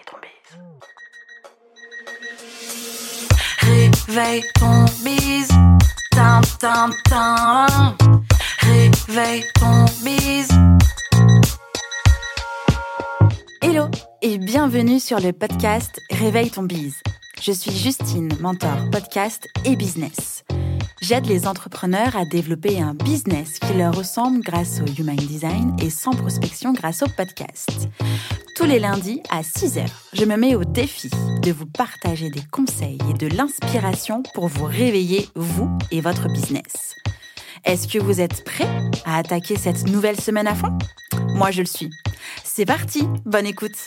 ton bise. Réveille ton bise. Tin, tin, tin. Réveille ton bise. Hello et bienvenue sur le podcast Réveille ton bise. Je suis Justine, mentor podcast et business. J'aide les entrepreneurs à développer un business qui leur ressemble grâce au Human Design et sans prospection grâce au podcast. Tous les lundis à 6h, je me mets au défi de vous partager des conseils et de l'inspiration pour vous réveiller, vous et votre business. Est-ce que vous êtes prêts à attaquer cette nouvelle semaine à fond ? Moi, je le suis. C'est parti, bonne écoute.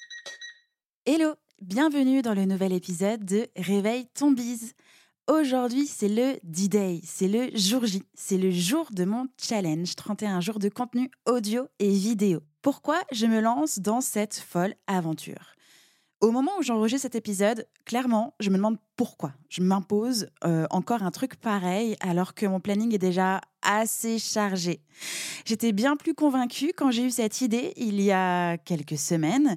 Hello, bienvenue dans le nouvel épisode de Réveille ton bise. Aujourd'hui, c'est le D-Day, c'est le jour J, c'est le jour de mon challenge, 31 jours de contenu audio et vidéo. Pourquoi je me lance dans cette folle aventure ? Au moment où j'enregistre cet épisode, clairement, je me demande pourquoi je m'impose encore un truc pareil alors que mon planning est déjà assez chargé. J'étais bien plus convaincue quand j'ai eu cette idée il y a quelques semaines,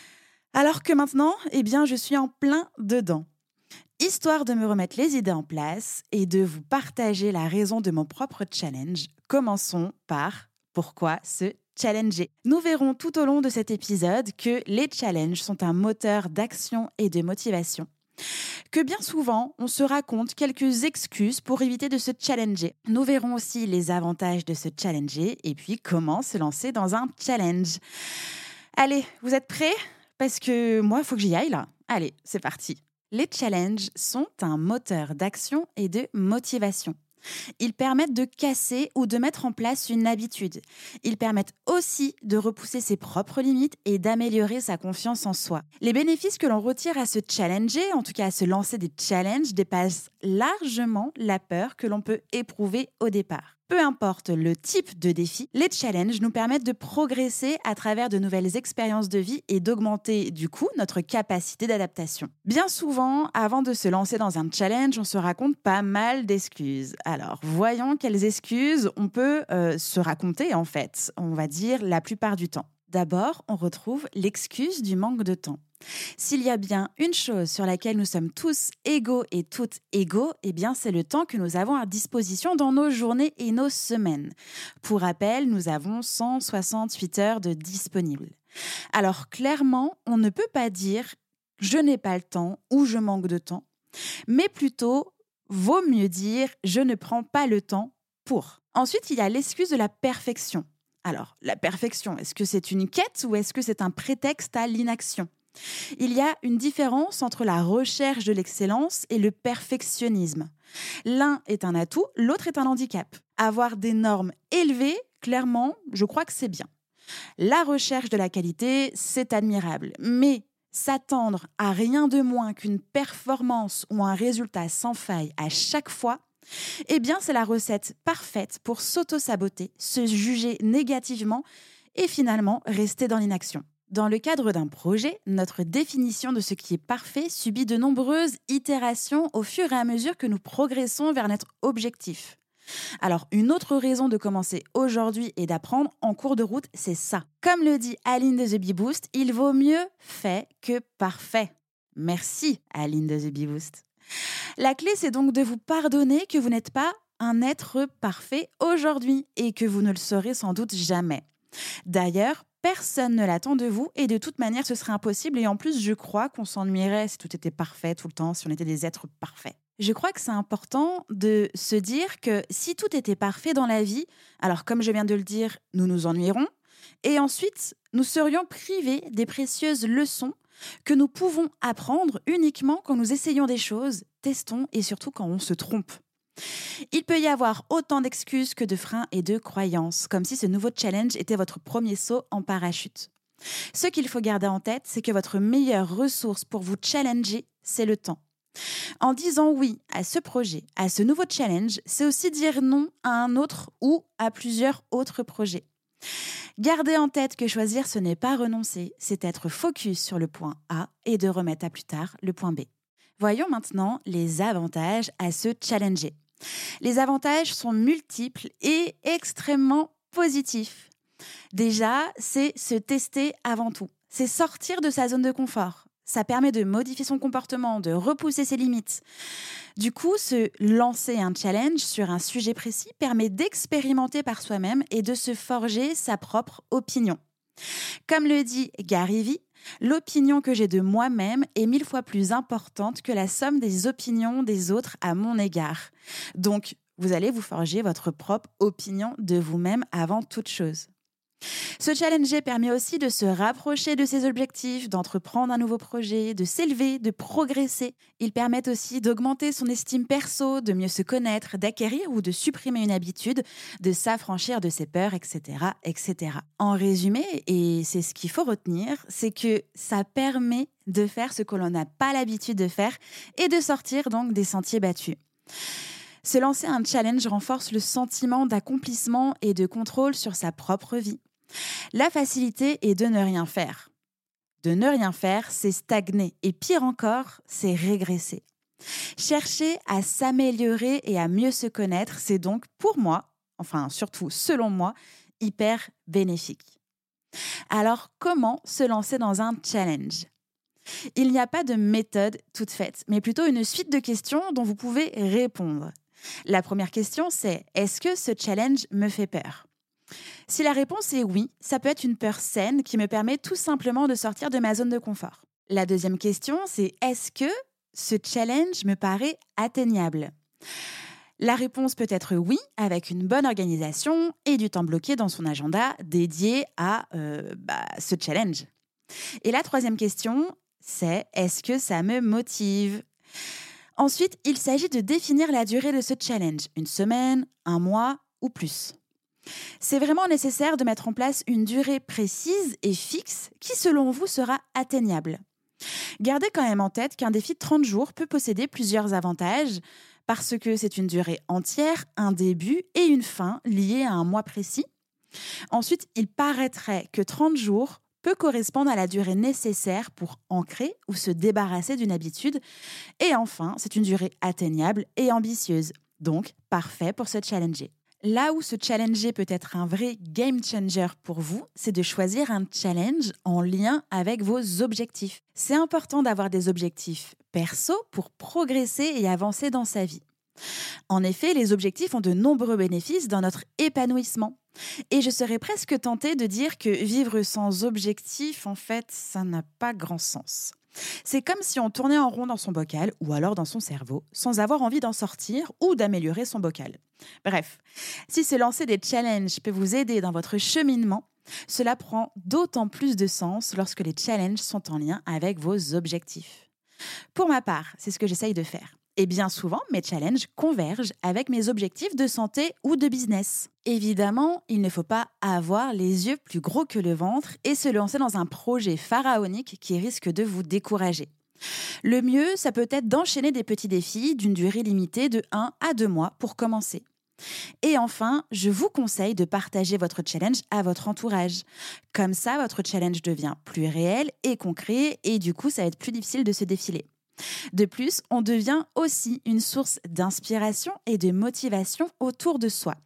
alors que maintenant, je suis en plein dedans. Histoire de me remettre les idées en place et de vous partager la raison de mon propre challenge, commençons par pourquoi se challenger. Nous verrons tout au long de cet épisode que les challenges sont un moteur d'action et de motivation. Que bien souvent, on se raconte quelques excuses pour éviter de se challenger. Nous verrons aussi les avantages de se challenger et puis comment se lancer dans un challenge. Allez, vous êtes prêts ? Parce que moi, il faut que j'y aille là. Allez, c'est parti. Les challenges sont un moteur d'action et de motivation. Ils permettent de casser ou de mettre en place une habitude. Ils permettent aussi de repousser ses propres limites et d'améliorer sa confiance en soi. Les bénéfices que l'on retire à se challenger, en tout cas à se lancer des challenges, dépassent largement la peur que l'on peut éprouver au départ. Peu importe le type de défi, les challenges nous permettent de progresser à travers de nouvelles expériences de vie et d'augmenter du coup notre capacité d'adaptation. Bien souvent, avant de se lancer dans un challenge, on se raconte pas mal d'excuses. Alors, voyons quelles excuses on peut se raconter en fait, on va dire la plupart du temps. D'abord, on retrouve l'excuse du manque de temps. S'il y a bien une chose sur laquelle nous sommes tous égaux et toutes égaux, c'est le temps que nous avons à disposition dans nos journées et nos semaines. Pour rappel, nous avons 168 heures de disponibles. Alors clairement, on ne peut pas dire « je n'ai pas le temps » ou « je manque de temps », mais plutôt « vaut mieux dire « je ne prends pas le temps pour ». Ensuite, il y a l'excuse de la perfection. Alors, la perfection, est-ce que c'est une quête ou est-ce que c'est un prétexte à l'inaction ? Il y a une différence entre la recherche de l'excellence et le perfectionnisme. L'un est un atout, l'autre est un handicap. Avoir des normes élevées, clairement, je crois que c'est bien. La recherche de la qualité, c'est admirable, mais s'attendre à rien de moins qu'une performance ou un résultat sans faille à chaque fois, c'est la recette parfaite pour s'auto-saboter, se juger négativement et finalement rester dans l'inaction. Dans le cadre d'un projet, notre définition de ce qui est parfait subit de nombreuses itérations au fur et à mesure que nous progressons vers notre objectif. Alors, une autre raison de commencer aujourd'hui et d'apprendre en cours de route, c'est ça. Comme le dit Aline de The Bee Boost, il vaut mieux fait que parfait. Merci Aline de The Bee Boost. La clé, c'est donc de vous pardonner que vous n'êtes pas un être parfait aujourd'hui et que vous ne le serez sans doute jamais. D'ailleurs, personne ne l'attend de vous et de toute manière, ce serait impossible. Et en plus, je crois qu'on s'ennuierait si tout était parfait tout le temps, si on était des êtres parfaits. Je crois que c'est important de se dire que si tout était parfait dans la vie, alors comme je viens de le dire, nous nous ennuierons et ensuite, nous serions privés des précieuses leçons que nous pouvons apprendre uniquement quand nous essayons des choses, testons et surtout quand on se trompe. Il peut y avoir autant d'excuses que de freins et de croyances, comme si ce nouveau challenge était votre premier saut en parachute. Ce qu'il faut garder en tête, c'est que votre meilleure ressource pour vous challenger, c'est le temps. En disant oui à ce projet, à ce nouveau challenge, c'est aussi dire non à un autre ou à plusieurs autres projets. Gardez en tête que choisir, ce n'est pas renoncer, c'est être focus sur le point A et de remettre à plus tard le point B. Voyons maintenant les avantages à se challenger. Les avantages sont multiples et extrêmement positifs. Déjà, c'est se tester avant tout. c'est sortir de sa zone de confort. Ça permet de modifier son comportement, de repousser ses limites. Du coup, se lancer un challenge sur un sujet précis permet d'expérimenter par soi-même et de se forger sa propre opinion. Comme le dit Gary Vee, l'opinion que j'ai de moi-même est 1000 fois plus importante que la somme des opinions des autres à mon égard. Donc, vous allez vous forger votre propre opinion de vous-même avant toute chose. Se challenger permet aussi de se rapprocher de ses objectifs, d'entreprendre un nouveau projet, de s'élever, de progresser. Ils permettent aussi d'augmenter son estime perso, de mieux se connaître, d'acquérir ou de supprimer une habitude, de s'affranchir de ses peurs, etc., etc. En résumé, et c'est ce qu'il faut retenir, c'est que ça permet de faire ce que l'on n'a pas l'habitude de faire et de sortir donc des sentiers battus. Se lancer un challenge renforce le sentiment d'accomplissement et de contrôle sur sa propre vie. La facilité est de ne rien faire. De ne rien faire, c'est stagner. Et pire encore, c'est régresser. Chercher à s'améliorer et à mieux se connaître, c'est donc pour moi, enfin surtout selon moi, hyper bénéfique. Alors, comment se lancer dans un challenge ? Il n'y a pas de méthode toute faite, mais plutôt une suite de questions dont vous pouvez répondre. La première question, c'est « Est-ce que ce challenge me fait peur ?» Si la réponse est oui, ça peut être une peur saine qui me permet tout simplement de sortir de ma zone de confort. La deuxième question, c'est « Est-ce que ce challenge me paraît atteignable ?» La réponse peut être oui, avec une bonne organisation et du temps bloqué dans son agenda dédié à ce challenge. Et la troisième question, c'est « Est-ce que ça me motive ?» Ensuite, il s'agit de définir la durée de ce challenge, une semaine, un mois ou plus. C'est vraiment nécessaire de mettre en place une durée précise et fixe qui, selon vous, sera atteignable. Gardez quand même en tête qu'un défi de 30 jours peut posséder plusieurs avantages parce que c'est une durée entière, un début et une fin liés à un mois précis. Ensuite, il paraîtrait que 30 jours peut correspondre à la durée nécessaire pour ancrer ou se débarrasser d'une habitude. Et enfin, c'est une durée atteignable et ambitieuse, donc parfait pour se challenger. Là où se challenger peut être un vrai game changer pour vous, c'est de choisir un challenge en lien avec vos objectifs. C'est important d'avoir des objectifs perso pour progresser et avancer dans sa vie. En effet, les objectifs ont de nombreux bénéfices dans notre épanouissement. Et je serais presque tentée de dire que vivre sans objectif, en fait, ça n'a pas grand sens. C'est comme si on tournait en rond dans son bocal ou alors dans son cerveau sans avoir envie d'en sortir ou d'améliorer son bocal. Bref, si se lancer des challenges peut vous aider dans votre cheminement, cela prend d'autant plus de sens lorsque les challenges sont en lien avec vos objectifs. Pour ma part, c'est ce que j'essaye de faire. Et bien souvent, mes challenges convergent avec mes objectifs de santé ou de business. Évidemment, il ne faut pas avoir les yeux plus gros que le ventre et se lancer dans un projet pharaonique qui risque de vous décourager. Le mieux, ça peut être d'enchaîner des petits défis d'une durée limitée de 1 à 2 mois pour commencer. Et enfin, je vous conseille de partager votre challenge à votre entourage. Comme ça, votre challenge devient plus réel et concret et du coup, ça va être plus difficile de se défiler. De plus, on devient aussi une source d'inspiration et de motivation autour de soi.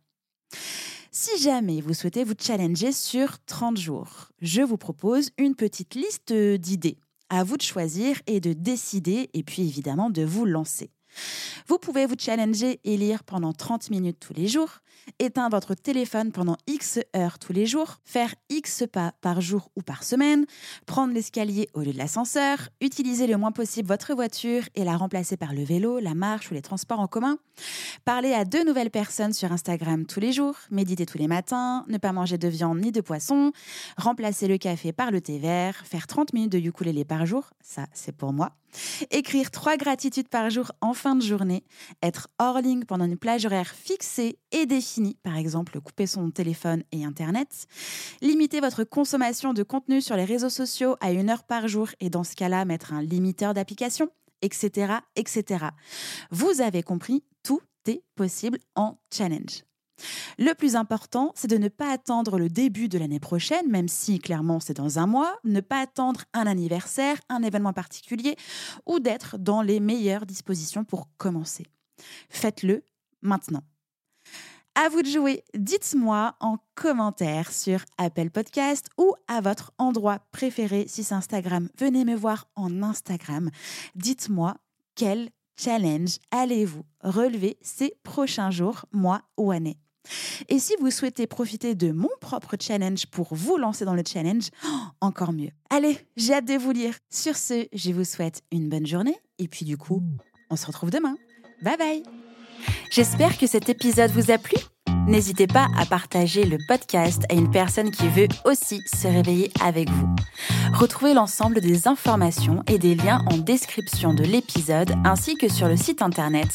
Si jamais vous souhaitez vous challenger sur 30 jours, je vous propose une petite liste d'idées. À vous de choisir et de décider et puis évidemment de vous lancer. Vous pouvez vous challenger et lire pendant 30 minutes tous les jours, éteindre votre téléphone pendant X heures tous les jours, faire X pas par jour ou par semaine, prendre l'escalier au lieu de l'ascenseur, utiliser le moins possible votre voiture et la remplacer par le vélo, la marche ou les transports en commun, parler à 2 nouvelles personnes sur Instagram tous les jours, méditer tous les matins, ne pas manger de viande ni de poisson, remplacer le café par le thé vert, faire 30 minutes de ukulélé par jour, ça c'est pour moi, écrire 3 gratitudes par jour en fin de journée, être hors ligne pendant une plage horaire fixée et définie, par exemple couper son téléphone et Internet, limiter votre consommation de contenu sur les réseaux sociaux à 1 heure par jour et dans ce cas-là mettre un limiteur d'applications, etc., etc. Vous avez compris, tout est possible en challenge. Le plus important, c'est de ne pas attendre le début de l'année prochaine, même si clairement c'est dans 1 mois, ne pas attendre un anniversaire, un événement particulier ou d'être dans les meilleures dispositions pour commencer. Faites-le maintenant. À vous de jouer. Dites-moi en commentaire sur Apple Podcast ou à votre endroit préféré si c'est Instagram. Venez me voir en Instagram. Dites-moi quel challenge allez-vous relever ces prochains jours, mois ou années. Et si vous souhaitez profiter de mon propre challenge pour vous lancer dans le challenge, encore mieux. Allez, j'ai hâte de vous lire. Sur ce, je vous souhaite une bonne journée et puis du coup, on se retrouve demain. Bye bye. J'espère que cet épisode vous a plu. N'hésitez pas à partager le podcast à une personne qui veut aussi se réveiller avec vous. Retrouvez l'ensemble des informations et des liens en description de l'épisode ainsi que sur le site internet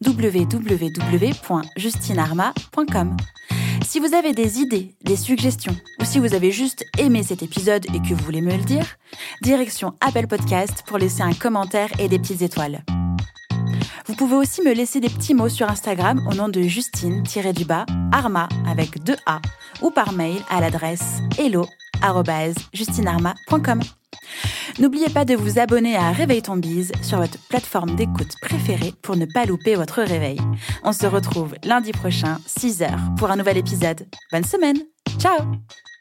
www.justinarma.com. Si vous avez des idées, des suggestions ou si vous avez juste aimé cet épisode et que vous voulez me le dire, direction Apple Podcast pour laisser un commentaire et des petites étoiles. Vous pouvez aussi me laisser des petits mots sur Instagram au nom de Justine-Arma avec 2 A ou par mail à l'adresse hello@justinarma.com. N'oubliez pas de vous abonner à Réveille ton bise sur votre plateforme d'écoute préférée pour ne pas louper votre réveil. On se retrouve lundi prochain, 6h, pour un nouvel épisode. Bonne semaine. Ciao!